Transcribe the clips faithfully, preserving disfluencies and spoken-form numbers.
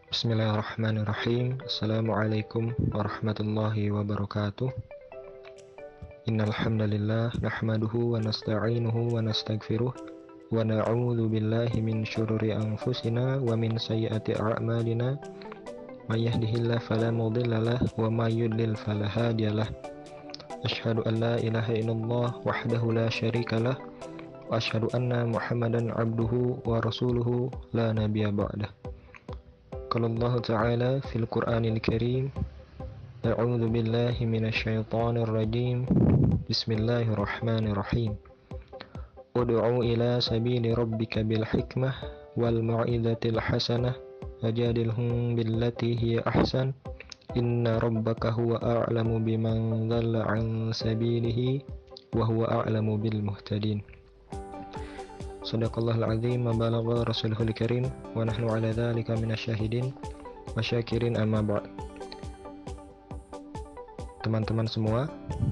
Bismillahirrahmanirrahim. Assalamualaikum warahmatullahi wabarakatuh. Innal hamdalillah nahmaduhu wa nasta'inuhu wa nastaghfiruh wa na'udzu billahi min syururi anfusina wa min sayyiati a'malina. May yahdihillahu fala mudhillalah wa may yudlil fala hadiyalah. Asyhadu an la ilaha illallah wahdahu la syarikalah wa asyhadu anna Muhammadan 'abduhu wa rasuluhu la nabiyya ba'dah. Qala Allah Ta'ala fil Qur'anil Karim, A'udzu billahi minasyaitonir rajim. Bismillahirrahmanirrahim. Ud'u ila sabili rabbika bil hikmah wal mau'izatil hasanah wajadilhum billati hiya ahsan. Inna rabbaka huwa a'lamu biman dhalla 'an sabilihi wa huwa a'lamu bil muhtadin. Shadaqallahul azim wa balagha rasulul karim wa nahnu ala dzalika minasyahidin wa syakirin, amma ba'd. Teman-teman semua,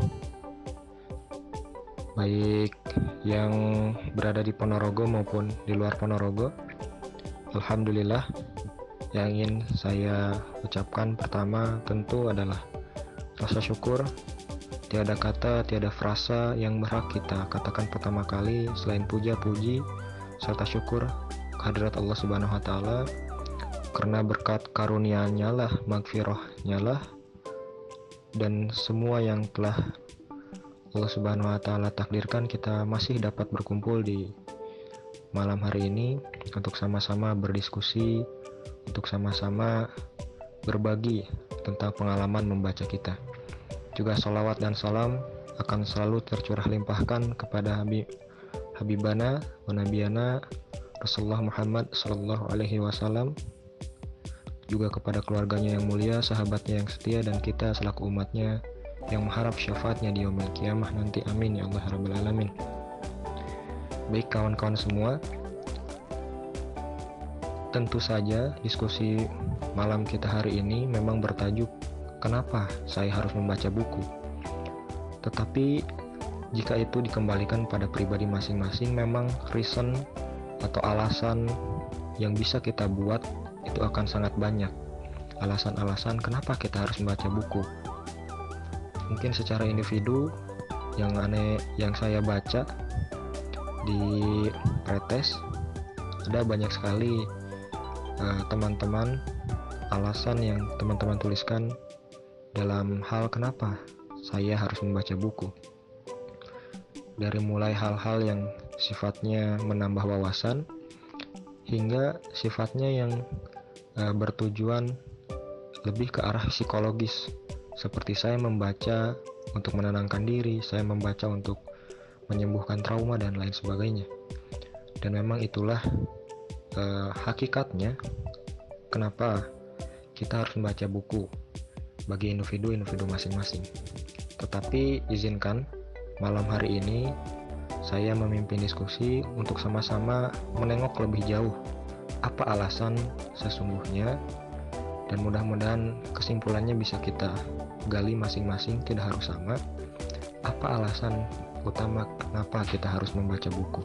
baik yang berada di Ponorogo maupun di luar Ponorogo, alhamdulillah, yang ingin saya ucapkan pertama tentu adalah rasa syukur. Tiada kata, tiada frasa yang berhak kita katakan pertama kali selain puja, puji, serta syukur kehadirat Allah Subhanahu wa Ta'ala, karena berkat karunia-Nya lah, magfirah-Nya lah, dan semua yang telah Allah Subhanahu wa Ta'ala takdirkan kita masih dapat berkumpul di malam hari ini untuk sama-sama berdiskusi, untuk sama-sama berbagi tentang pengalaman membaca kita. Juga salawat dan salam akan selalu tercurah limpahkan kepada Habib Habibana wa Nabiyana Rasulullah Muhammad Sallallahu Alaihi Wasallam, juga kepada keluarganya yang mulia, sahabatnya yang setia, dan kita selaku umatnya yang mengharap syafaatnya di yaumil qiyamah nanti. Amin ya Allah Rabbal Alamin. Baik kawan-kawan semua, tentu saja diskusi malam kita hari ini memang bertajuk kenapa saya harus membaca buku. Tetapi jika itu dikembalikan pada pribadi masing-masing, memang reason atau alasan yang bisa kita buat itu akan sangat banyak. Alasan-alasan kenapa kita harus membaca buku. Mungkin secara individu yang aneh yang saya baca di pretest, ada banyak sekali uh, teman-teman alasan yang teman-teman tuliskan dalam hal kenapa saya harus membaca buku. Dari mulai hal-hal yang sifatnya menambah wawasan hingga sifatnya yang uh, bertujuan lebih ke arah psikologis, seperti saya membaca untuk menenangkan diri, saya membaca untuk menyembuhkan trauma dan lain sebagainya. Dan memang itulah uh, hakikatnya kenapa kita harus membaca buku bagi individu-individu masing-masing. Tetapi izinkan malam hari ini saya memimpin diskusi untuk sama-sama menengok lebih jauh apa alasan sesungguhnya, dan mudah-mudahan kesimpulannya bisa kita gali masing-masing, tidak harus sama. Apa alasan utama kenapa kita harus membaca buku?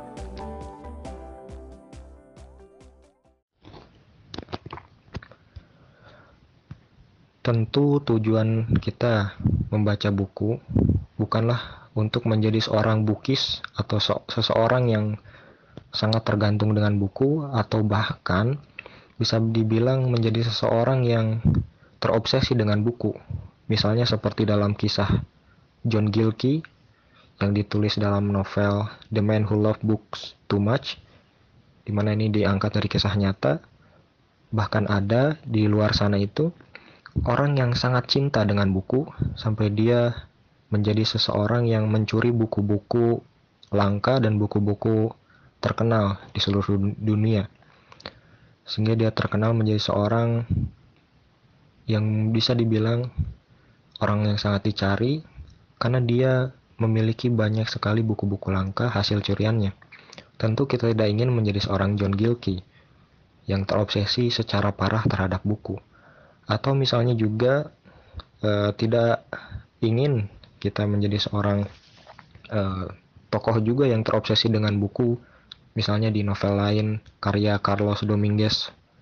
Tentu tujuan kita membaca buku bukanlah untuk menjadi seorang bukis atau so- seseorang yang sangat tergantung dengan buku, atau bahkan bisa dibilang menjadi seseorang yang terobsesi dengan buku. Misalnya seperti dalam kisah John Gilkey yang ditulis dalam novel The Man Who Loved Books Too Much, di mana ini diangkat dari kisah nyata. Bahkan ada di luar sana itu orang yang sangat cinta dengan buku sampai dia menjadi seseorang yang mencuri buku-buku langka dan buku-buku terkenal di seluruh dunia, sehingga dia terkenal menjadi seorang yang bisa dibilang orang yang sangat dicari karena dia memiliki banyak sekali buku-buku langka hasil curiannya. Tentu kita tidak ingin menjadi seorang John Gilkey yang terobsesi secara parah terhadap buku. Atau misalnya juga uh, tidak ingin kita menjadi seorang uh, tokoh juga yang terobsesi dengan buku. Misalnya di novel lain karya Carlos Dominguez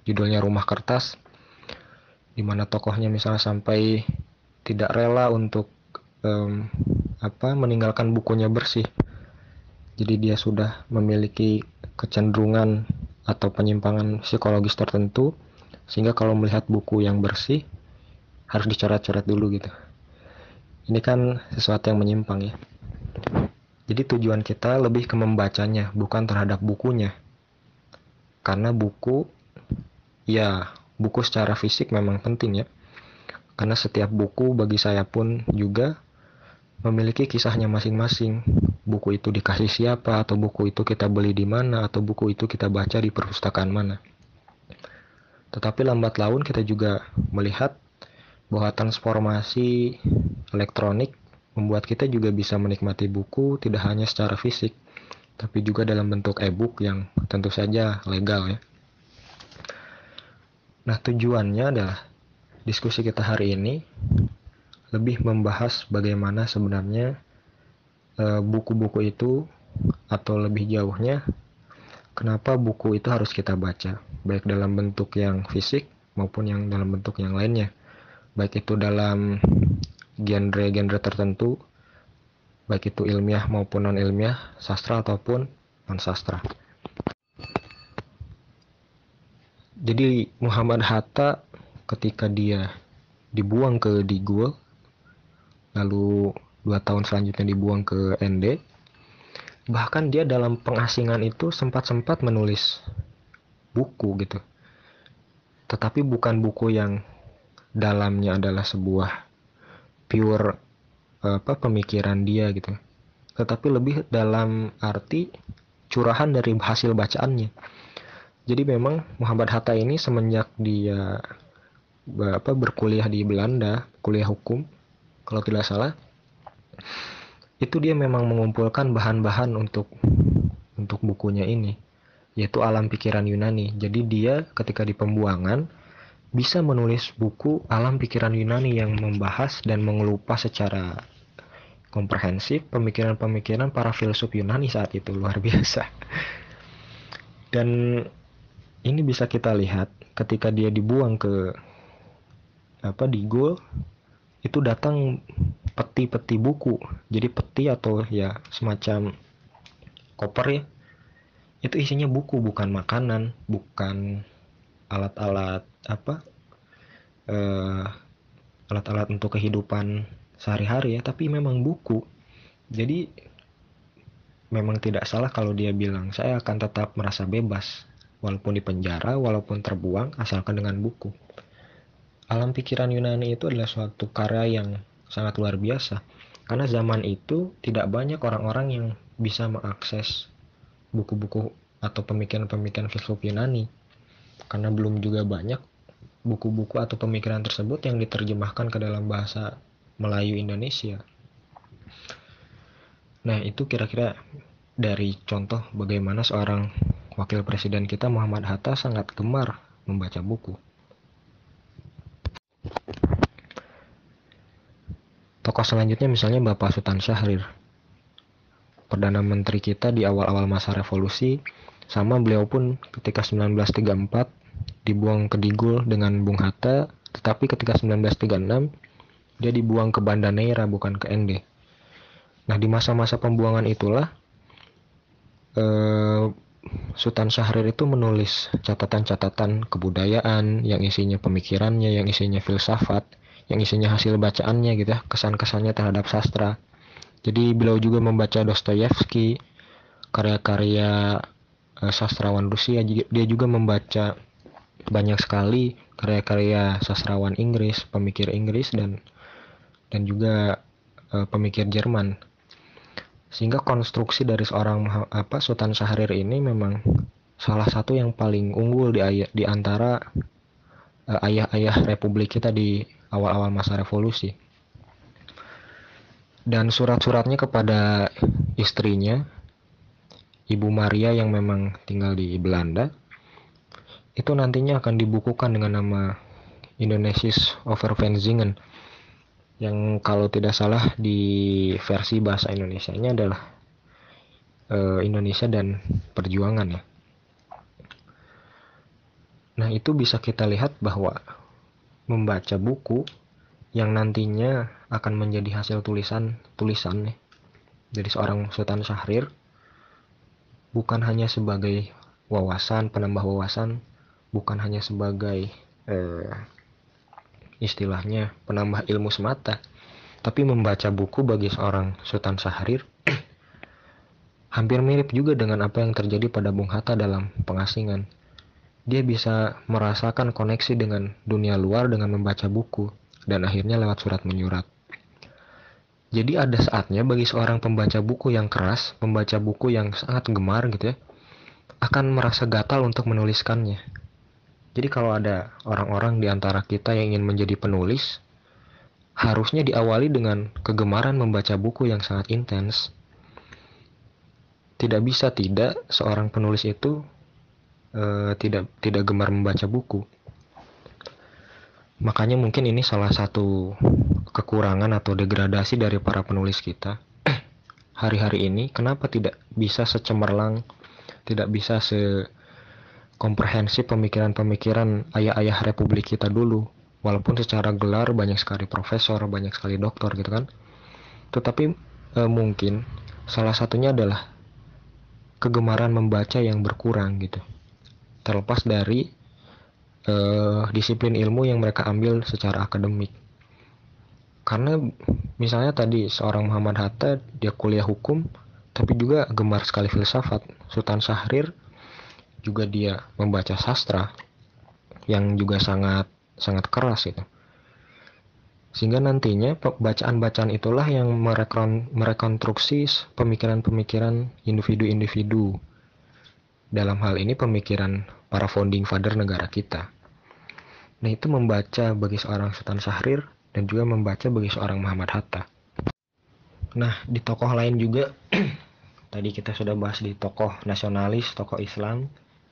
judulnya Rumah Kertas, di mana tokohnya misalnya sampai tidak rela untuk um, apa meninggalkan bukunya bersih. Jadi dia sudah memiliki kecenderungan atau penyimpangan psikologis tertentu, sehingga kalau melihat buku yang bersih harus dicoret-coret dulu gitu. Ini kan sesuatu yang menyimpang ya. Jadi tujuan kita lebih ke membacanya, bukan terhadap bukunya. Karena buku, ya buku secara fisik memang penting ya. Karena setiap buku bagi saya pun juga memiliki kisahnya masing-masing. Buku itu dikasih siapa, atau buku itu kita beli di mana, atau buku itu kita baca di perpustakaan mana. Tetapi lambat laun kita juga melihat bahwa transformasi elektronik membuat kita juga bisa menikmati buku tidak hanya secara fisik, tapi juga dalam bentuk e-book yang tentu saja legal ya. Nah, tujuannya adalah diskusi kita hari ini lebih membahas bagaimana sebenarnya buku-buku e, itu, atau lebih jauhnya, kenapa buku itu harus kita baca, baik dalam bentuk yang fisik maupun yang dalam bentuk yang lainnya, baik itu dalam genre-genre tertentu, baik itu ilmiah maupun non-ilmiah, sastra ataupun non-sastra. Jadi Muhammad Hatta ketika dia dibuang ke Digul, lalu dua tahun selanjutnya dibuang ke N D, bahkan dia dalam pengasingan itu sempat-sempat menulis buku gitu. Tetapi bukan buku yang dalamnya adalah sebuah pure apa pemikiran dia gitu. Tetapi lebih dalam arti curahan dari hasil bacaannya. Jadi memang Muhammad Hatta ini semenjak dia apa berkuliah di Belanda, kuliah hukum kalau tidak salah, itu dia memang mengumpulkan bahan-bahan untuk untuk bukunya ini, yaitu Alam Pikiran Yunani. Jadi dia ketika di pembuangan bisa menulis buku Alam Pikiran Yunani yang membahas dan mengelupas secara komprehensif pemikiran-pemikiran para filsuf Yunani saat itu. Luar biasa. Dan ini bisa kita lihat ketika dia dibuang ke apa Digul, itu datang peti-peti buku. Jadi peti atau ya semacam koper ya, itu isinya buku, bukan makanan, bukan alat-alat apa eh, alat-alat untuk kehidupan sehari-hari ya, tapi memang buku. Jadi memang tidak salah kalau dia bilang saya akan tetap merasa bebas walaupun di penjara, walaupun terbuang, asalkan dengan buku. Alam Pikiran Yunani itu adalah suatu karya yang sangat luar biasa, karena zaman itu tidak banyak orang-orang yang bisa mengakses buku-buku atau pemikiran-pemikiran filsuf Yunani, karena belum juga banyak buku-buku atau pemikiran tersebut yang diterjemahkan ke dalam bahasa Melayu Indonesia. Nah, itu kira-kira dari contoh bagaimana seorang wakil presiden kita Muhammad Hatta sangat gemar membaca buku. Tokoh selanjutnya misalnya Bapak Sultan Syahrir, Perdana Menteri kita di awal-awal masa revolusi. Sama beliau pun ketika sembilan belas tiga puluh empat dibuang ke Digul dengan Bung Hatta, tetapi ketika sembilan belas tiga puluh enam dia dibuang ke Banda Neira, bukan ke N D. Nah, di masa-masa pembuangan itulah eh, Sultan Syahrir itu menulis catatan-catatan kebudayaan yang isinya pemikirannya, yang isinya filsafat, yang isinya hasil bacaannya gitu ya, kesan-kesannya terhadap sastra. Jadi beliau juga membaca Dostoyevsky, karya-karya uh, sastrawan Rusia. Dia juga membaca banyak sekali karya-karya sastrawan Inggris, pemikir Inggris dan dan juga uh, pemikir Jerman. Sehingga konstruksi dari seorang apa Sultan Syahrir ini memang salah satu yang paling unggul di, di antara uh, ayah-ayah Republik kita di awal-awal masa revolusi. Dan surat-suratnya kepada istrinya, Ibu Maria yang memang tinggal di Belanda, itu nantinya akan dibukukan dengan nama Indonesisch Overwensingen, yang kalau tidak salah di versi bahasa Indonesianya adalah uh, Indonesia dan Perjuangan ya. Nah, itu bisa kita lihat bahwa membaca buku yang nantinya akan menjadi hasil tulisan tulisan nih, dari seorang Sultan Syahrir bukan hanya sebagai wawasan, penambah wawasan, bukan hanya sebagai eh, istilahnya penambah ilmu semata, tapi membaca buku bagi seorang Sultan Syahrir hampir mirip juga dengan apa yang terjadi pada Bung Hatta dalam Pengasingan. Dia bisa merasakan koneksi dengan dunia luar dengan membaca buku, dan akhirnya lewat surat menyurat. Jadi ada saatnya bagi seorang pembaca buku yang keras, pembaca buku yang sangat gemar gitu ya, akan merasa gatal untuk menuliskannya. Jadi kalau ada orang-orang di antara kita yang ingin menjadi penulis, harusnya diawali dengan kegemaran membaca buku yang sangat intens. Tidak bisa tidak seorang penulis itu uh, tidak tidak gemar membaca buku. Makanya mungkin ini salah satu kekurangan atau degradasi dari para penulis kita. Hari-hari ini kenapa tidak bisa secemerlang, tidak bisa sekomprehensif pemikiran-pemikiran ayah-ayah Republik kita dulu. Walaupun secara gelar banyak sekali profesor, banyak sekali doktor gitu kan. Tetapi eh, mungkin salah satunya adalah kegemaran membaca yang berkurang gitu. Terlepas dari eh, disiplin ilmu yang mereka ambil secara akademik. Karena misalnya tadi seorang Muhammad Hatta, dia kuliah hukum, tapi juga gemar sekali filsafat. Sultan Syahrir juga dia membaca sastra yang juga sangat sangat keras itu. Sehingga nantinya bacaan-bacaan itulah yang merekon, merekonstruksi pemikiran-pemikiran individu-individu. Dalam hal ini pemikiran para founding father negara kita. Nah, itu membaca bagi seorang Sultan Syahrir dan juga membaca bagi seorang Muhammad Hatta. Nah, di tokoh lain juga tadi kita sudah bahas di tokoh nasionalis, tokoh Islam.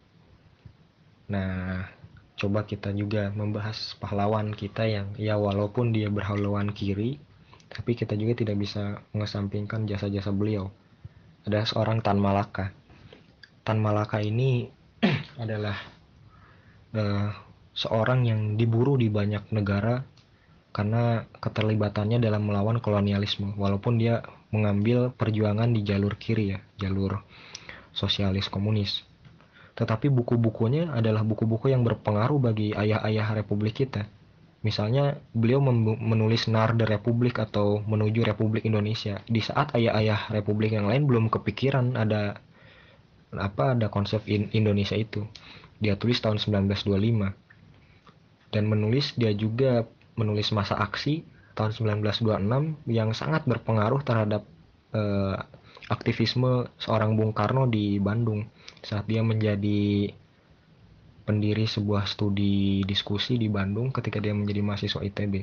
Nah, coba kita juga membahas pahlawan kita yang ya walaupun dia berhaluan kiri, tapi kita juga tidak bisa mengesampingkan jasa-jasa beliau. Ada seorang Tan Malaka. Tan Malaka ini adalah uh, seorang yang diburu di banyak negara karena keterlibatannya dalam melawan kolonialisme, walaupun dia mengambil perjuangan di jalur kiri ya, jalur sosialis komunis. Tetapi buku-bukunya adalah buku-buku yang berpengaruh bagi ayah-ayah Republik kita. Misalnya beliau menulis Narda Republik atau Menuju Republik Indonesia di saat ayah-ayah Republik yang lain belum kepikiran ada apa ada konsep Indonesia itu. Dia tulis tahun sembilan belas dua puluh lima. Dan menulis dia juga menulis Masa Aksi tahun sembilan belas dua puluh enam yang sangat berpengaruh terhadap eh, aktivisme seorang Bung Karno di Bandung saat dia menjadi pendiri sebuah studi diskusi di Bandung ketika dia menjadi mahasiswa I T B.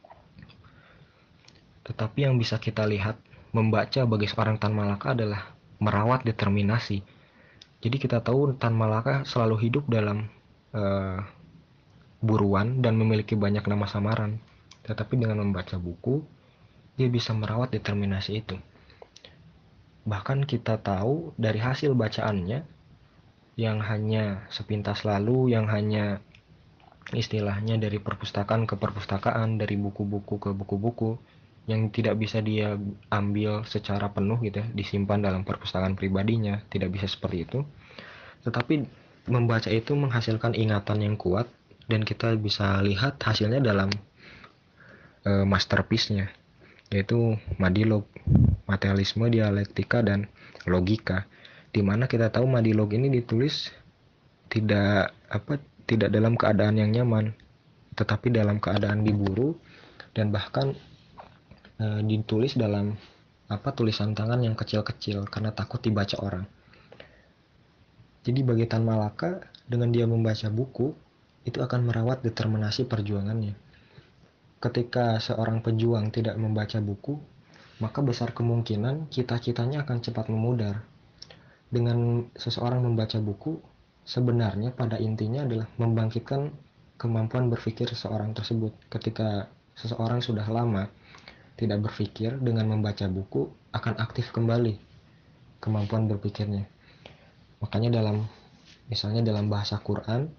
Tetapi yang bisa kita lihat membaca bagi seorang Tan Malaka adalah merawat determinasi. Jadi kita tahu Tan Malaka selalu hidup dalam uh, buruan dan memiliki banyak nama samaran. Tetapi dengan membaca buku, dia bisa merawat determinasi itu. Bahkan kita tahu dari hasil bacaannya yang hanya sepintas lalu, yang hanya istilahnya dari perpustakaan ke perpustakaan, dari buku-buku ke buku-buku, yang tidak bisa dia ambil secara penuh gitu ya, disimpan dalam perpustakaan pribadinya, tidak bisa seperti itu. Tetapi membaca itu menghasilkan ingatan yang kuat, dan kita bisa lihat hasilnya dalam uh, masterpiece-nya, yaitu Madilog, Materialisme, Dialektika, dan Logika. Dimana kita tahu Madilog ini ditulis tidak apa tidak dalam keadaan yang nyaman, tetapi dalam keadaan diburu, dan bahkan e, ditulis dalam apa tulisan tangan yang kecil-kecil karena takut dibaca orang. Jadi bagi Tan Malaka, dengan dia membaca buku, itu akan merawat determinasi perjuangannya. Ketika seorang pejuang tidak membaca buku, maka besar kemungkinan cita-citanya akan cepat memudar. Dengan seseorang membaca buku, sebenarnya pada intinya adalah membangkitkan kemampuan berpikir seseorang tersebut. Ketika seseorang sudah lama tidak berpikir, dengan membaca buku akan aktif kembali kemampuan berpikirnya. Makanya dalam misalnya dalam bahasa Quran,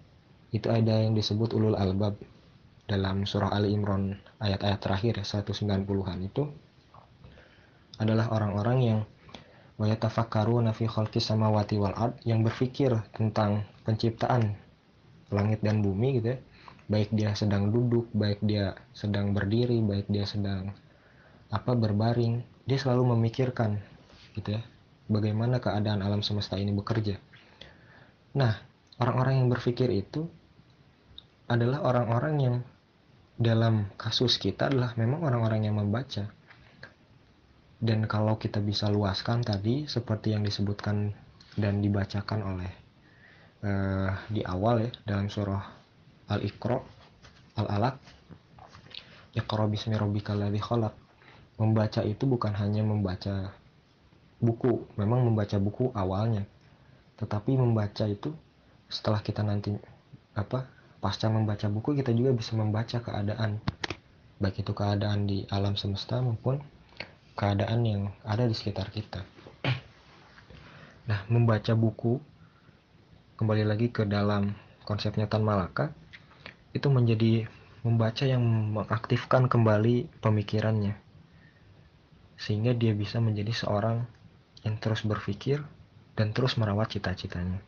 Itu ada yang disebut ulul albab dalam surah Ali Imran ayat-ayat terakhir seratus sembilan puluhan itu adalah orang-orang yang wa yatafakkaruna fi khalqis samawati wal ard, yang berpikir tentang penciptaan langit dan bumi gitu ya. Baik dia sedang duduk, baik dia sedang berdiri, baik dia sedang apa berbaring, dia selalu memikirkan gitu ya, bagaimana keadaan alam semesta ini bekerja. Nah, orang-orang yang berpikir itu adalah orang-orang yang dalam kasus kita adalah memang orang-orang yang membaca. Dan kalau kita bisa luaskan tadi seperti yang disebutkan dan dibacakan oleh uh, di awal ya dalam surah Al-Iqra, Al-Alaq, Iqra bismi rabbikal ladzi khalaq. Membaca itu bukan hanya membaca buku, memang membaca buku awalnya, tetapi membaca itu setelah kita nanti apa pasca membaca buku kita juga bisa membaca keadaan, baik itu keadaan di alam semesta maupun keadaan yang ada di sekitar kita. Nah, membaca buku, kembali lagi ke dalam konsepnya Tan Malaka, itu menjadi membaca yang mengaktifkan kembali pemikirannya, sehingga dia bisa menjadi seorang yang terus berpikir dan terus merawat cita-citanya.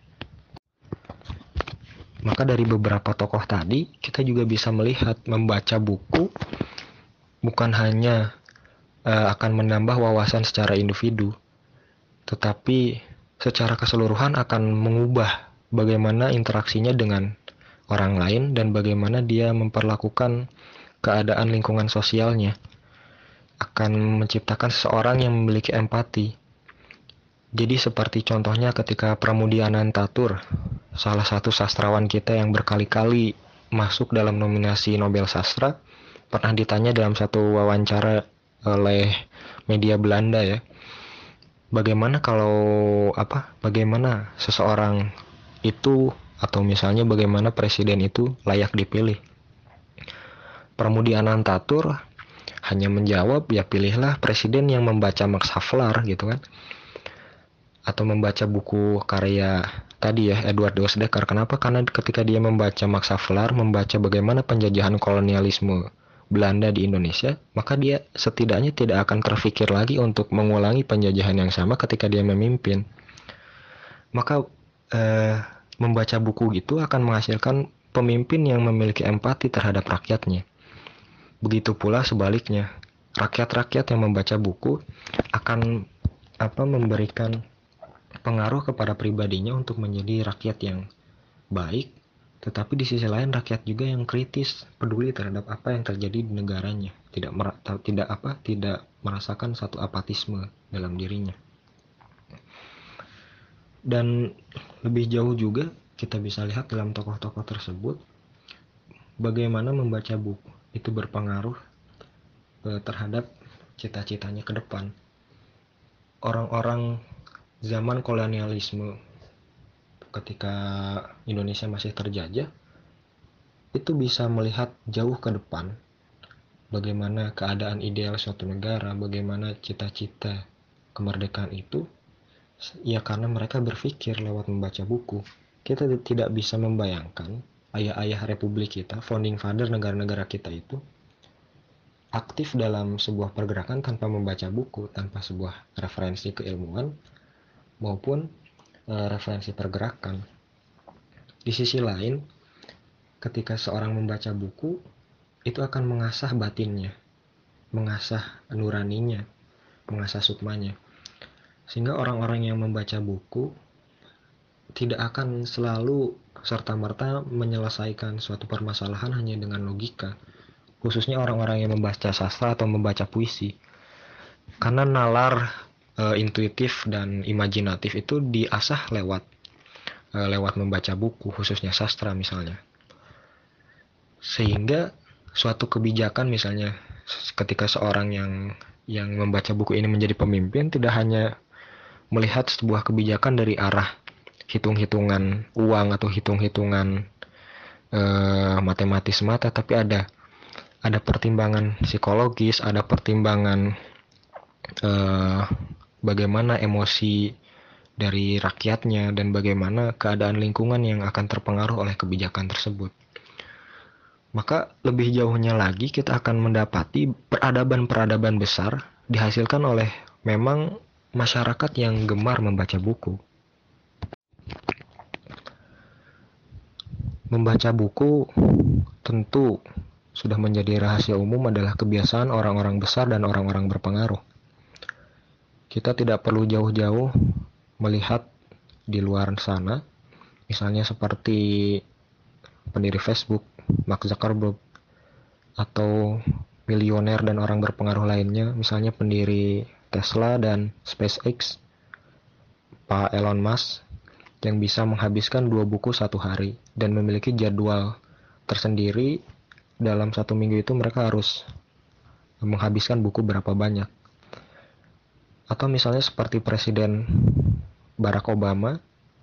Maka dari beberapa tokoh tadi, kita juga bisa melihat membaca buku bukan hanya uh, akan menambah wawasan secara individu, tetapi secara keseluruhan akan mengubah bagaimana interaksinya dengan orang lain dan bagaimana dia memperlakukan keadaan lingkungan sosialnya. Akan menciptakan seseorang yang memiliki empati. Jadi seperti contohnya ketika Pramudia Anantatur, salah satu sastrawan kita yang berkali-kali masuk dalam nominasi Nobel Sastra, pernah ditanya dalam satu wawancara oleh media Belanda ya, bagaimana kalau apa bagaimana seseorang itu atau misalnya bagaimana presiden itu layak dipilih. Pramudia Anantatur hanya menjawab, ya pilihlah presiden yang membaca Max Havelaar gitu kan, atau membaca buku karya tadi ya Edward Doesdecker. Kenapa? Karena ketika dia membaca Max Havelaar, membaca bagaimana penjajahan kolonialisme Belanda di Indonesia, maka dia setidaknya tidak akan terfikir lagi untuk mengulangi penjajahan yang sama ketika dia memimpin. Maka eh, membaca buku itu akan menghasilkan pemimpin yang memiliki empati terhadap rakyatnya. Begitu pula sebaliknya, rakyat-rakyat yang membaca buku akan apa memberikan pengaruh kepada pribadinya untuk menjadi rakyat yang baik, tetapi di sisi lain rakyat juga yang kritis, peduli terhadap apa yang terjadi di negaranya, tidak mer- tidak apa tidak merasakan satu apatisme dalam dirinya. Dan lebih jauh juga kita bisa lihat dalam tokoh-tokoh tersebut bagaimana membaca buku itu berpengaruh eh, terhadap cita-citanya ke depan. Orang-orang zaman kolonialisme ketika Indonesia masih terjajah itu bisa melihat jauh ke depan bagaimana keadaan ideal suatu negara, bagaimana cita-cita kemerdekaan itu, ya karena mereka berpikir lewat membaca buku. Kita tidak bisa membayangkan ayah-ayah republik kita, founding father negara-negara kita itu aktif dalam sebuah pergerakan tanpa membaca buku, tanpa sebuah referensi keilmuan maupun e, referensi pergerakan. Di sisi lain, ketika seorang membaca buku, itu akan mengasah batinnya, mengasah nuraninya, mengasah sukmanya. Sehingga orang-orang yang membaca buku tidak akan selalu serta-merta menyelesaikan suatu permasalahan hanya dengan logika. Khususnya orang-orang yang membaca sastra atau membaca puisi. Karena nalar e, intuitif dan imajinatif itu diasah lewat e, lewat membaca buku, khususnya sastra misalnya. Sehingga suatu kebijakan misalnya ketika seorang yang yang membaca buku ini menjadi pemimpin tidak hanya melihat sebuah kebijakan dari arah hitung-hitungan uang atau hitung-hitungan e, matematis mata, tapi ada ada pertimbangan psikologis, ada pertimbangan eh, bagaimana emosi dari rakyatnya dan bagaimana keadaan lingkungan yang akan terpengaruh oleh kebijakan tersebut. Maka lebih jauhnya lagi kita akan mendapati peradaban-peradaban besar dihasilkan oleh memang masyarakat yang gemar membaca buku. Membaca buku tentu sudah menjadi rahasia umum adalah kebiasaan orang-orang besar dan orang-orang berpengaruh. Kita tidak perlu jauh-jauh melihat di luar sana, misalnya seperti pendiri Facebook, Mark Zuckerberg, atau milioner dan orang berpengaruh lainnya, misalnya pendiri Tesla dan SpaceX, Pak Elon Musk, yang bisa menghabiskan dua buku satu hari dan memiliki jadwal tersendiri. Dalam satu minggu itu mereka harus menghabiskan buku berapa banyak. Atau misalnya seperti Presiden Barack Obama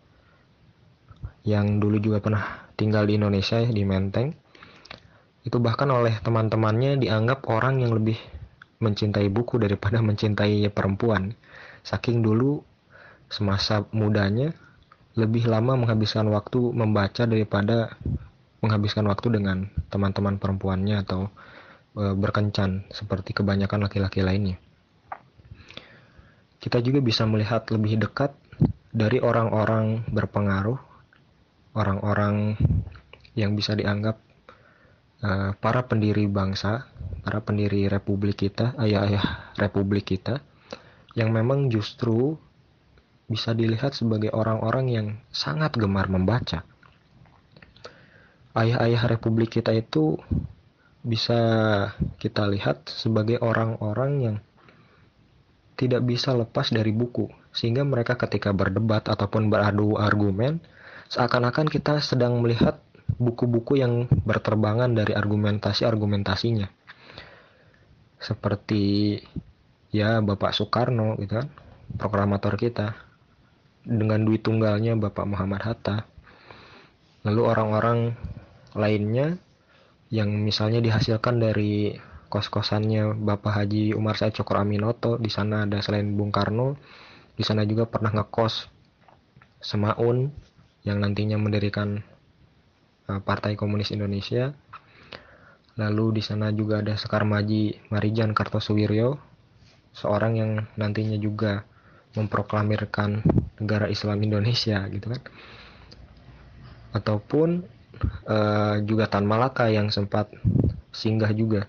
yang dulu juga pernah tinggal di Indonesia, di Menteng. Itu bahkan oleh teman-temannya dianggap orang yang lebih mencintai buku daripada mencintai perempuan. Saking dulu semasa mudanya lebih lama menghabiskan waktu membaca daripada menghabiskan waktu dengan teman-teman perempuannya atau e, berkencan seperti kebanyakan laki-laki lainnya. Kita juga bisa melihat lebih dekat dari orang-orang berpengaruh, orang-orang yang bisa dianggap e, para pendiri bangsa, para pendiri republik kita, ayah-ayah republik kita, yang memang justru bisa dilihat sebagai orang-orang yang sangat gemar membaca. Ayah-ayah republik kita itu bisa kita lihat sebagai orang-orang yang tidak bisa lepas dari buku, sehingga mereka ketika berdebat ataupun beradu argumen, seakan-akan kita sedang melihat buku-buku yang berterbangan dari argumentasi-argumentasinya. Seperti ya Bapak Soekarno gitu kan, proklamator kita, dengan duit tunggalnya Bapak Muhammad Hatta. Lalu orang-orang lainnya yang misalnya dihasilkan dari kos-kosannya Bapak Haji Umar Said Cokroaminoto. Di sana ada selain Bung Karno, di sana juga pernah ngekos Semaun yang nantinya mendirikan uh, Partai Komunis Indonesia. Lalu di sana juga ada Sekar Maji Marijan Kartosuwiryo, seorang yang nantinya juga memproklamirkan negara Islam Indonesia gitu kan. Ataupun uh, juga Tan Malaka yang sempat singgah juga.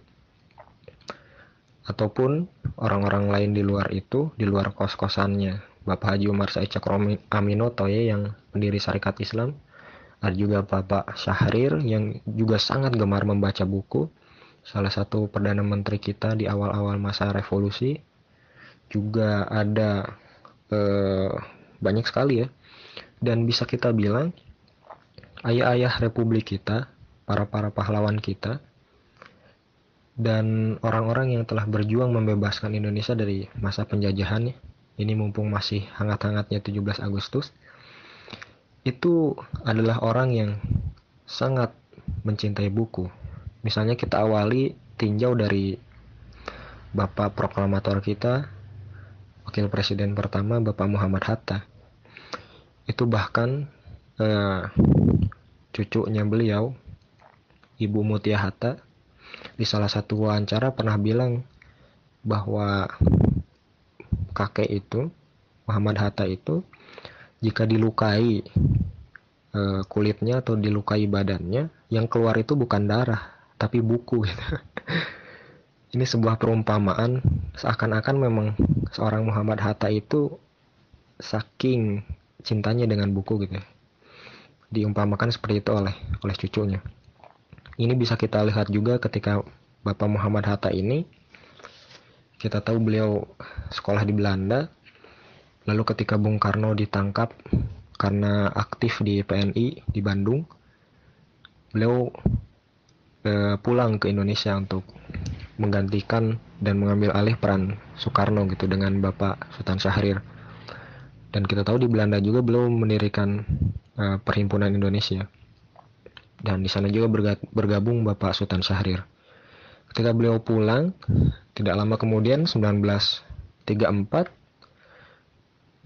Ataupun orang-orang lain di luar itu, di luar kos-kosannya Bapak Haji Umar Said Cokroaminoto ya, yang pendiri Syarikat Islam. Ada juga Bapak Syahrir yang juga sangat gemar membaca buku, salah satu Perdana Menteri kita di awal-awal masa revolusi. Juga ada eh, banyak sekali ya, dan bisa kita bilang ayah-ayah republik kita, para-para pahlawan kita, dan orang-orang yang telah berjuang membebaskan Indonesia dari masa penjajahan, ini mumpung masih hangat-hangatnya tujuh belas Agustus, itu adalah orang yang sangat mencintai buku. Misalnya kita awali tinjau dari Bapak proklamator kita, Wakil Presiden pertama Bapak Muhammad Hatta. Itu bahkan eh, cucunya beliau, Ibu Mutia Hatta, di salah satu wawancara pernah bilang bahwa kakek itu, Muhammad Hatta itu, jika dilukai eh, kulitnya atau dilukai badannya, yang keluar itu bukan darah, tapi buku gitu. Ini sebuah perumpamaan, seakan-akan memang seorang Muhammad Hatta itu saking cintanya dengan buku gitu. Diumpamakan seperti itu oleh oleh cucunya. Ini bisa kita lihat juga ketika Bapak Muhammad Hatta ini, kita tahu beliau sekolah di Belanda. Lalu ketika Bung Karno ditangkap karena aktif di P N I di Bandung, beliau eh, pulang ke Indonesia untuk menggantikan dan mengambil alih peran Soekarno gitu dengan Bapak Sultan Syahrir. Dan kita tahu di Belanda juga beliau mendirikan uh, Perhimpunan Indonesia. Dan di sana juga bergabung Bapak Sultan Syahrir. Ketika beliau pulang, tidak lama kemudian seribu sembilan ratus tiga puluh empat,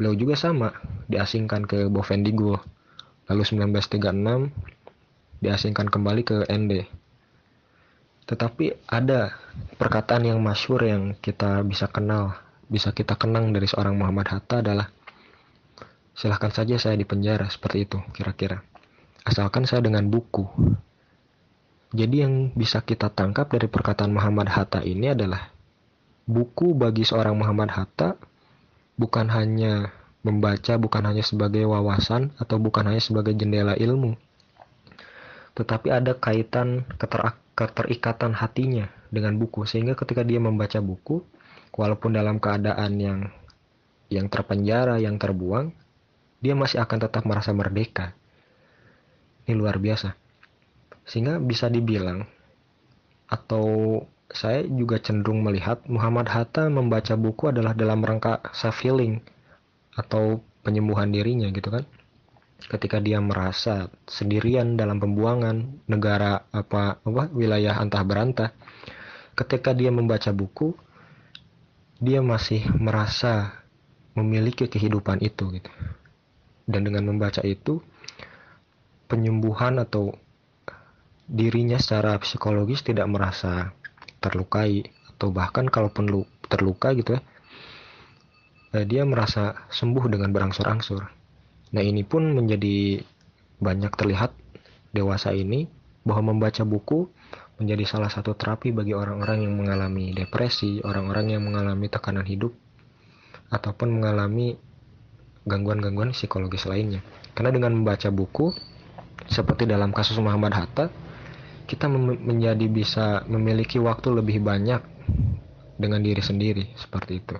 beliau juga sama, diasingkan ke Bovendigul. Lalu sembilan belas tiga puluh enam diasingkan kembali ke N D. Tetapi ada perkataan yang masyhur yang kita bisa kenal, bisa kita kenang dari seorang Muhammad Hatta adalah, silahkan saja saya dipenjara, seperti itu kira-kira, asalkan saya dengan buku. Jadi yang bisa kita tangkap dari perkataan Muhammad Hatta ini adalah, buku bagi seorang Muhammad Hatta bukan hanya membaca, bukan hanya sebagai wawasan, atau bukan hanya sebagai jendela ilmu, tetapi ada kaitan keter- keterikatan hatinya dengan buku, sehingga ketika dia membaca buku, walaupun dalam keadaan yang yang terpenjara, yang terbuang, dia masih akan tetap merasa merdeka. Ini luar biasa. Sehingga bisa dibilang, atau saya juga cenderung melihat Muhammad Hatta membaca buku adalah dalam rangka self healing atau penyembuhan dirinya gitu kan. Ketika dia merasa sendirian dalam pembuangan negara apa apa wilayah antah berantah, ketika dia membaca buku, dia masih merasa memiliki kehidupan itu gitu. Dan dengan membaca itu, penyembuhan atau dirinya secara psikologis tidak merasa terlukai, atau bahkan kalaupun lu terluka gitu ya, eh, dia merasa sembuh dengan berangsur-angsur. Nah ini pun menjadi banyak terlihat dewasa ini, bahwa membaca buku menjadi salah satu terapi bagi orang-orang yang mengalami depresi, orang-orang yang mengalami tekanan hidup, ataupun mengalami gangguan-gangguan psikologis lainnya. Karena dengan membaca buku, seperti dalam kasus Muhammad Hatta, kita mem- menjadi bisa memiliki waktu lebih banyak dengan diri sendiri, seperti itu.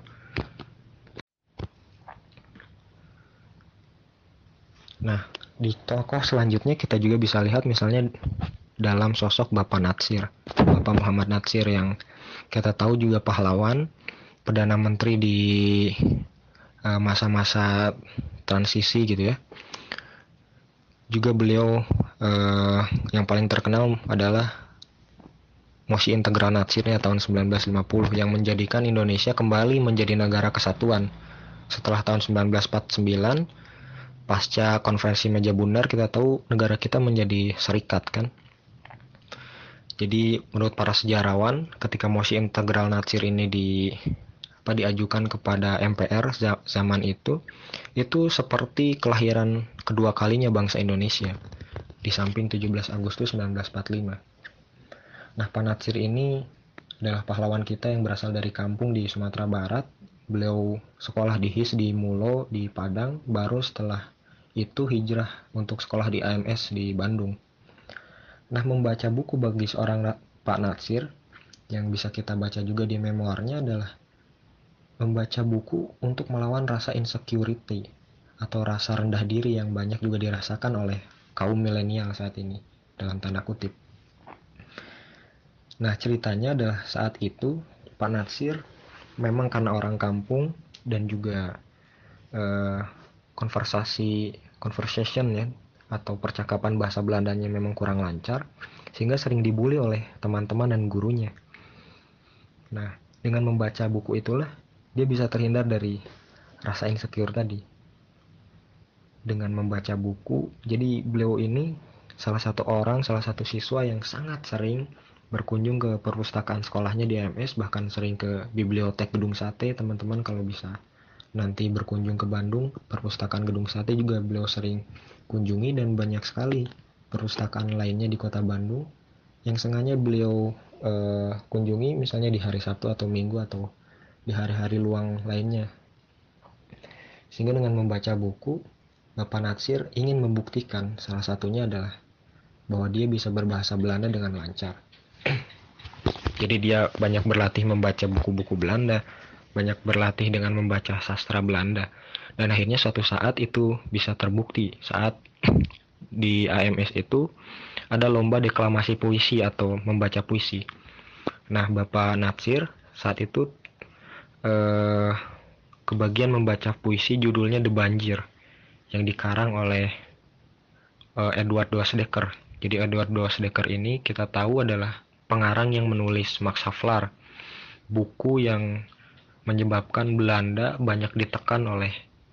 Nah, di tokoh selanjutnya kita juga bisa lihat misalnya dalam sosok Bapak Natsir, Bapak Muhammad Natsir yang kita tahu juga pahlawan, Perdana Menteri di uh, masa-masa transisi gitu ya. Juga beliau uh, yang paling terkenal adalah Mosi Integral Natsirnya tahun sembilan belas lima puluh yang menjadikan Indonesia kembali menjadi negara kesatuan. Setelah tahun sembilan belas empat puluh sembilan, pasca konferensi meja bundar, kita tahu negara kita menjadi serikat kan. Jadi menurut para sejarawan, ketika Mosi Integral Natsir ini di apa diajukan kepada M P R zaman itu, itu seperti kelahiran kedua kalinya bangsa Indonesia, di samping tujuh belas Agustus sembilan belas empat puluh lima. Nah, Pak Natsir ini adalah pahlawan kita yang berasal dari kampung di Sumatera Barat. Beliau sekolah di H I S di Mulo, di Padang, baru setelah itu hijrah untuk sekolah di A M S di Bandung. Nah, membaca buku bagi seorang Pak Natsir, yang bisa kita baca juga di memoirnya, adalah membaca buku untuk melawan rasa insecurity atau rasa rendah diri yang banyak juga dirasakan oleh kaum milenial saat ini, dalam tanda kutip. Nah, ceritanya adalah saat itu Pak Natsir memang karena orang kampung dan juga eh, konversasi conversation ya, atau percakapan bahasa Belandanya memang kurang lancar, sehingga sering dibully oleh teman-teman dan gurunya. Nah, dengan membaca buku itulah dia bisa terhindar dari rasa insecure tadi. Dengan membaca buku, jadi beliau ini salah satu orang, salah satu siswa yang sangat sering berkunjung ke perpustakaan sekolahnya di A M S, bahkan sering ke bibliotek Gedung Sate. Teman-teman kalau bisa nanti berkunjung ke Bandung, perpustakaan Gedung Sate juga beliau sering kunjungi, dan banyak sekali perpustakaan lainnya di kota Bandung yang sengaja beliau eh, kunjungi, misalnya di hari Sabtu atau Minggu atau di hari-hari luang lainnya. Sehingga dengan membaca buku, Bapak Natsir ingin membuktikan, salah satunya adalah bahwa dia bisa berbahasa Belanda dengan lancar. Jadi dia banyak berlatih membaca buku-buku Belanda, banyak berlatih dengan membaca sastra Belanda. Dan akhirnya suatu saat itu bisa terbukti saat di A M S itu ada lomba deklamasi puisi atau membaca puisi. Nah, Bapak Natsir saat itu eh, kebagian membaca puisi judulnya The Banjir yang dikarang oleh eh, Edward Dwasdekker. Jadi Edward Dwasdekker ini kita tahu adalah pengarang yang menulis Max Havelaar, buku yang menyebabkan Belanda banyak ditekan oleh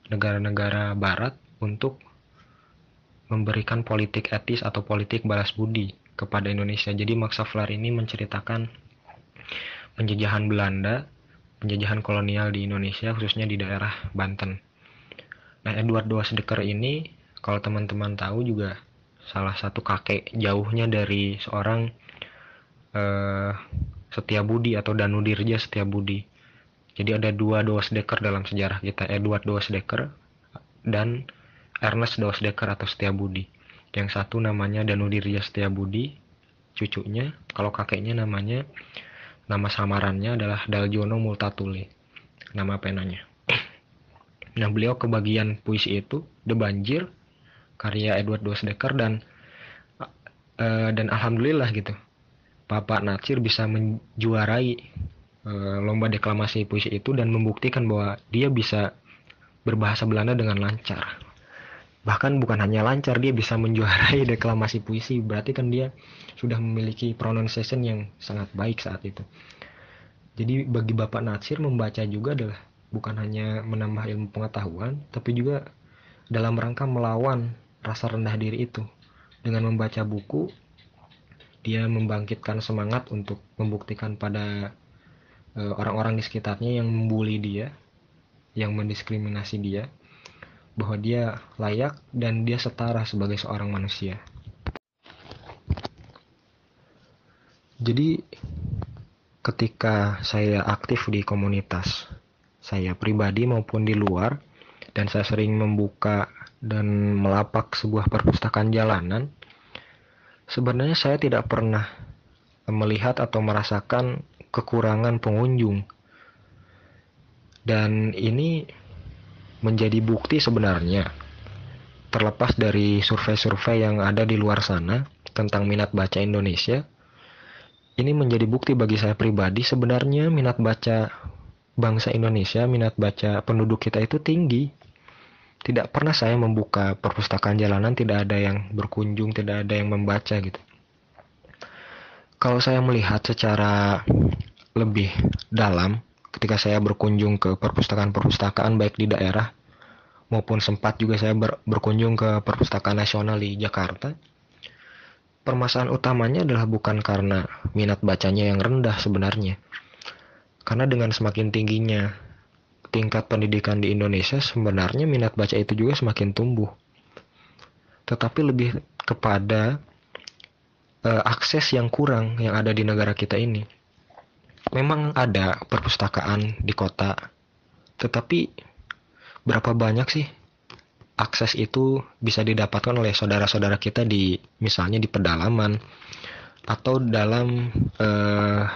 negara-negara barat untuk memberikan politik etis atau politik balas budi kepada Indonesia. Jadi Max Havelaar ini menceritakan penjajahan Belanda, penjajahan kolonial di Indonesia, khususnya di daerah Banten. Nah, Edward Doesdecker ini, kalau teman-teman tahu, juga salah satu kakek jauhnya dari seorang eh, Setiabudi atau Danudirja Setiabudi. Jadi ada dua Doesdecker dalam sejarah kita, Edward Doesdecker dan Ernest Doesdecker atau Setiabudi. Yang satu namanya Danudirja Setiabudi, cucunya. Kalau kakeknya namanya, nama samarannya adalah Daljono Multatuli, nama penanya. Nah, beliau kebagian puisi itu, The Banjir, karya Edward Doesdecker, dan uh, dan alhamdulillah gitu, Bapak Natsir bisa menjuarai uh, lomba deklamasi puisi itu dan membuktikan bahwa dia bisa berbahasa Belanda dengan lancar. Bahkan bukan hanya lancar, dia bisa menjuarai deklamasi puisi. Berarti kan dia sudah memiliki pronunciation yang sangat baik saat itu. Jadi bagi Bapak Natsir, membaca juga adalah bukan hanya menambah ilmu pengetahuan, tapi juga dalam rangka melawan rasa rendah diri itu. Dengan membaca buku, dia membangkitkan semangat untuk membuktikan pada uh, orang-orang di sekitarnya yang membuli dia, yang mendiskriminasi dia, bahwa dia layak dan dia setara sebagai seorang manusia. Jadi ketika saya aktif di komunitas saya pribadi maupun di luar, dan saya sering membuka dan melapak sebuah perpustakaan jalanan, sebenarnya saya tidak pernah melihat atau merasakan kekurangan pengunjung. Dan ini menjadi bukti sebenarnya, terlepas dari survei-survei yang ada di luar sana tentang minat baca Indonesia, ini menjadi bukti bagi saya pribadi sebenarnya minat baca bangsa Indonesia, minat baca penduduk kita itu tinggi. Tidak pernah saya membuka perpustakaan jalanan, tidak ada yang berkunjung, tidak ada yang membaca gitu. Kalau saya melihat secara lebih dalam, ketika saya berkunjung ke perpustakaan-perpustakaan baik di daerah, maupun sempat juga saya ber, berkunjung ke perpustakaan nasional di Jakarta, permasalahan utamanya adalah bukan karena minat bacanya yang rendah sebenarnya. Karena dengan semakin tingginya tingkat pendidikan di Indonesia, sebenarnya minat baca itu juga semakin tumbuh. Tetapi lebih kepada uh, akses yang kurang yang ada di negara kita ini. Memang ada perpustakaan di kota, tetapi berapa banyak sih akses itu bisa didapatkan oleh saudara-saudara kita di, misalnya di pedalaman, atau dalam uh,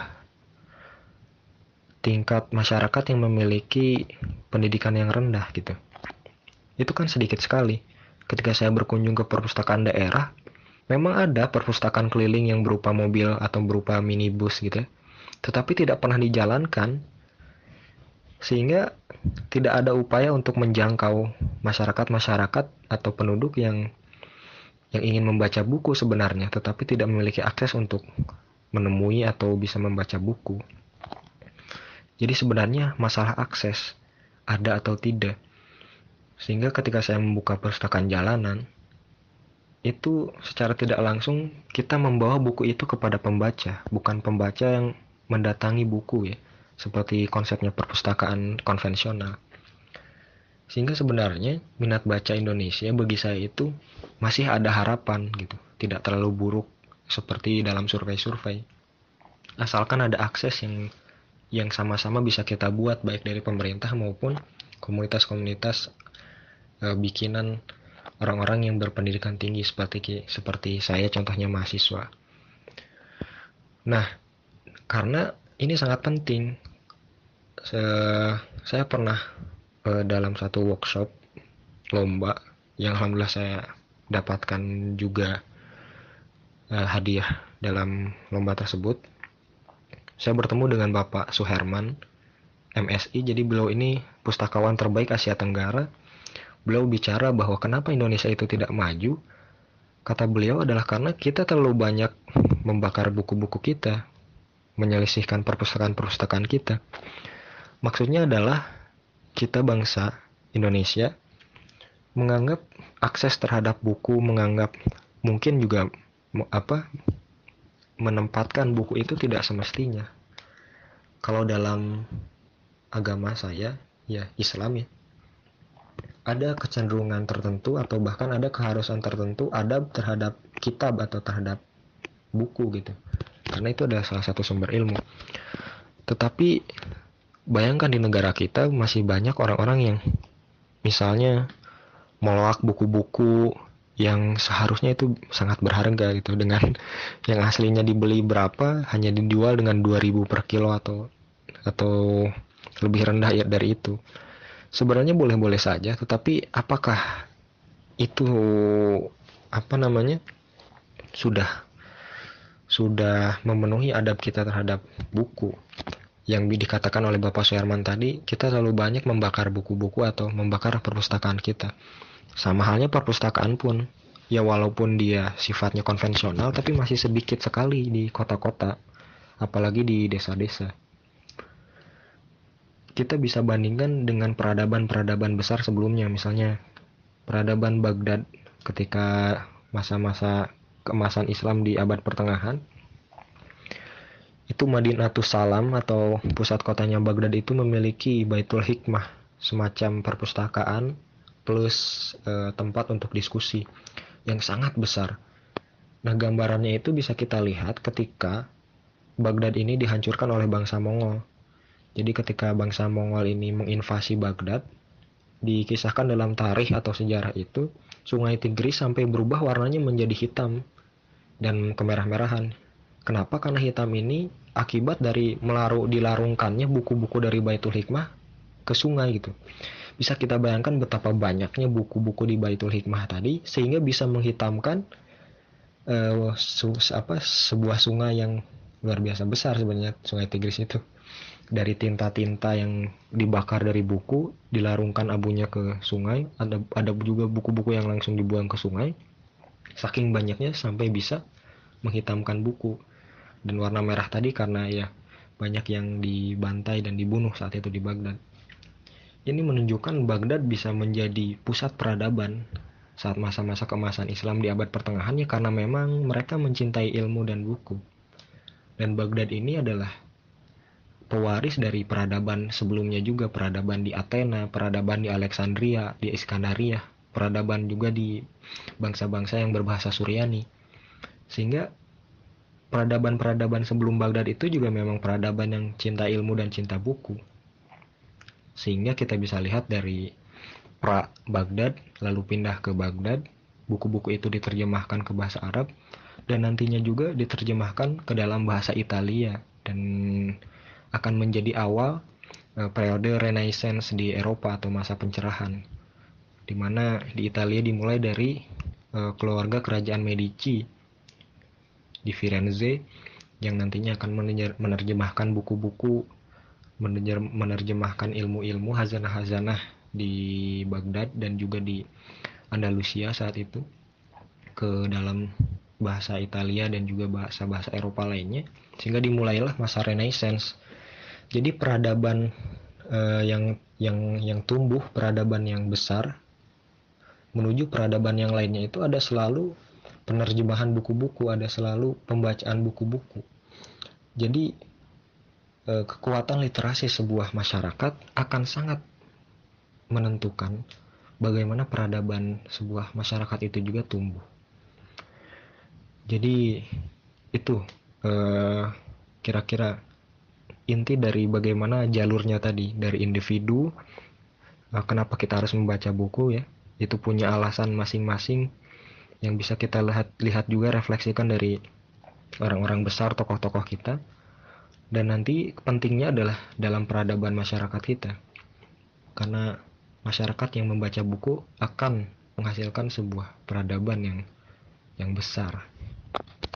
tingkat masyarakat yang memiliki pendidikan yang rendah gitu. Itu kan sedikit sekali. Ketika saya berkunjung ke perpustakaan daerah, memang ada perpustakaan keliling yang berupa mobil atau berupa minibus gitu, tetapi tidak pernah dijalankan, sehingga tidak ada upaya untuk menjangkau masyarakat-masyarakat atau penduduk yang yang ingin membaca buku sebenarnya, tetapi tidak memiliki akses untuk menemui atau bisa membaca buku. Jadi sebenarnya masalah akses ada atau tidak. Sehingga ketika saya membuka perpustakaan jalanan, itu secara tidak langsung kita membawa buku itu kepada pembaca, bukan pembaca yang mendatangi buku ya, seperti konsepnya perpustakaan konvensional. Sehingga sebenarnya minat baca Indonesia bagi saya itu masih ada harapan gitu, tidak terlalu buruk seperti dalam survei-survei. Asalkan ada akses yang yang sama-sama bisa kita buat, baik dari pemerintah maupun komunitas-komunitas e, bikinan orang-orang yang berpendidikan tinggi seperti seperti saya, contohnya mahasiswa. Nah, karena ini sangat penting, se saya pernah e, dalam satu workshop lomba yang alhamdulillah saya dapatkan juga e, hadiah dalam lomba tersebut. Saya bertemu dengan Bapak Suherman, M Si, jadi beliau ini pustakawan terbaik Asia Tenggara. Beliau bicara bahwa kenapa Indonesia itu tidak maju. Kata beliau adalah karena kita terlalu banyak membakar buku-buku kita, menyelisihkan perpustakaan-perpustakaan kita. Maksudnya adalah kita bangsa Indonesia menganggap akses terhadap buku, menganggap mungkin juga apa menempatkan buku itu tidak semestinya. Kalau dalam agama saya, ya Islam ya, ada kecenderungan tertentu atau bahkan ada keharusan tertentu adab terhadap kitab atau terhadap buku gitu. Karena itu adalah salah satu sumber ilmu. Tetapi bayangkan di negara kita masih banyak orang-orang yang misalnya menolak buku-buku yang seharusnya itu sangat berharga gitu, dengan yang aslinya dibeli berapa hanya dijual dengan dua ribu per kilo atau atau lebih rendah ya dari itu. Sebenarnya boleh-boleh saja, tetapi apakah itu apa namanya sudah sudah memenuhi adab kita terhadap buku? Yang dikatakan oleh Bapak Soeharman tadi, kita terlalu banyak membakar buku-buku atau membakar perpustakaan kita. Sama halnya perpustakaan pun, ya walaupun dia sifatnya konvensional, tapi masih sedikit sekali di kota-kota, apalagi di desa-desa. Kita bisa bandingkan dengan peradaban-peradaban besar sebelumnya, misalnya peradaban Baghdad ketika masa-masa keemasan Islam di abad pertengahan. Itu Madinatus Salam atau pusat kotanya Baghdad itu memiliki Baitul Hikmah, semacam perpustakaan plus e, tempat untuk diskusi yang sangat besar. Nah, gambarannya itu bisa kita lihat ketika Baghdad ini dihancurkan oleh bangsa Mongol. Jadi ketika bangsa Mongol ini menginvasi Baghdad, dikisahkan dalam tarikh atau sejarah itu, Sungai Tigris sampai berubah warnanya menjadi hitam dan kemerah-merahan. Kenapa? Karena hitam ini akibat dari melarung dilarungkannya buku-buku dari Baitul Hikmah ke sungai gitu. Bisa kita bayangkan betapa banyaknya buku-buku di Baitul Hikmah tadi sehingga bisa menghitamkan uh, su apa sebuah sungai yang luar biasa besar sebenarnya, Sungai Tigris itu. Dari tinta-tinta yang dibakar dari buku, dilarungkan abunya ke sungai, ada ada juga buku-buku yang langsung dibuang ke sungai. Saking banyaknya sampai bisa menghitamkan buku. Dan warna merah tadi karena ya banyak yang dibantai dan dibunuh saat itu di Baghdad. Ini menunjukkan Baghdad bisa menjadi pusat peradaban saat masa-masa keemasan Islam di abad pertengahan ya, karena memang mereka mencintai ilmu dan buku. Dan Baghdad ini adalah pewaris dari peradaban sebelumnya juga, peradaban di Athena, peradaban di Alexandria, di Iskandaria, peradaban juga di bangsa-bangsa yang berbahasa Suryani. Sehingga peradaban-peradaban sebelum Baghdad itu juga memang peradaban yang cinta ilmu dan cinta buku. Sehingga kita bisa lihat dari pra Baghdad lalu pindah ke Baghdad, buku-buku itu diterjemahkan ke bahasa Arab dan nantinya juga diterjemahkan ke dalam bahasa Italia dan akan menjadi awal uh, periode Renaissance di Eropa atau masa pencerahan, di mana di Italia dimulai dari uh, keluarga kerajaan Medici di Firenze yang nantinya akan menerjemahkan buku-buku, menerjemahkan ilmu-ilmu, hazanah-hazanah di Baghdad dan juga di Andalusia saat itu ke dalam bahasa Italia dan juga bahasa-bahasa Eropa lainnya, sehingga dimulailah masa Renaissance. Jadi peradaban eh, yang yang yang tumbuh, peradaban yang besar menuju peradaban yang lainnya itu ada selalu penerjemahan buku-buku, ada selalu pembacaan buku-buku. Jadi eh, kekuatan literasi sebuah masyarakat akan sangat menentukan bagaimana peradaban sebuah masyarakat itu juga tumbuh. Jadi itu eh, kira-kira inti dari bagaimana jalurnya tadi, dari individu, eh, kenapa kita harus membaca buku ya, itu punya alasan masing-masing yang bisa kita lihat lihat juga, refleksikan dari orang-orang besar, tokoh-tokoh kita. Dan nanti pentingnya adalah dalam peradaban masyarakat kita, karena masyarakat yang membaca buku akan menghasilkan sebuah peradaban yang yang besar.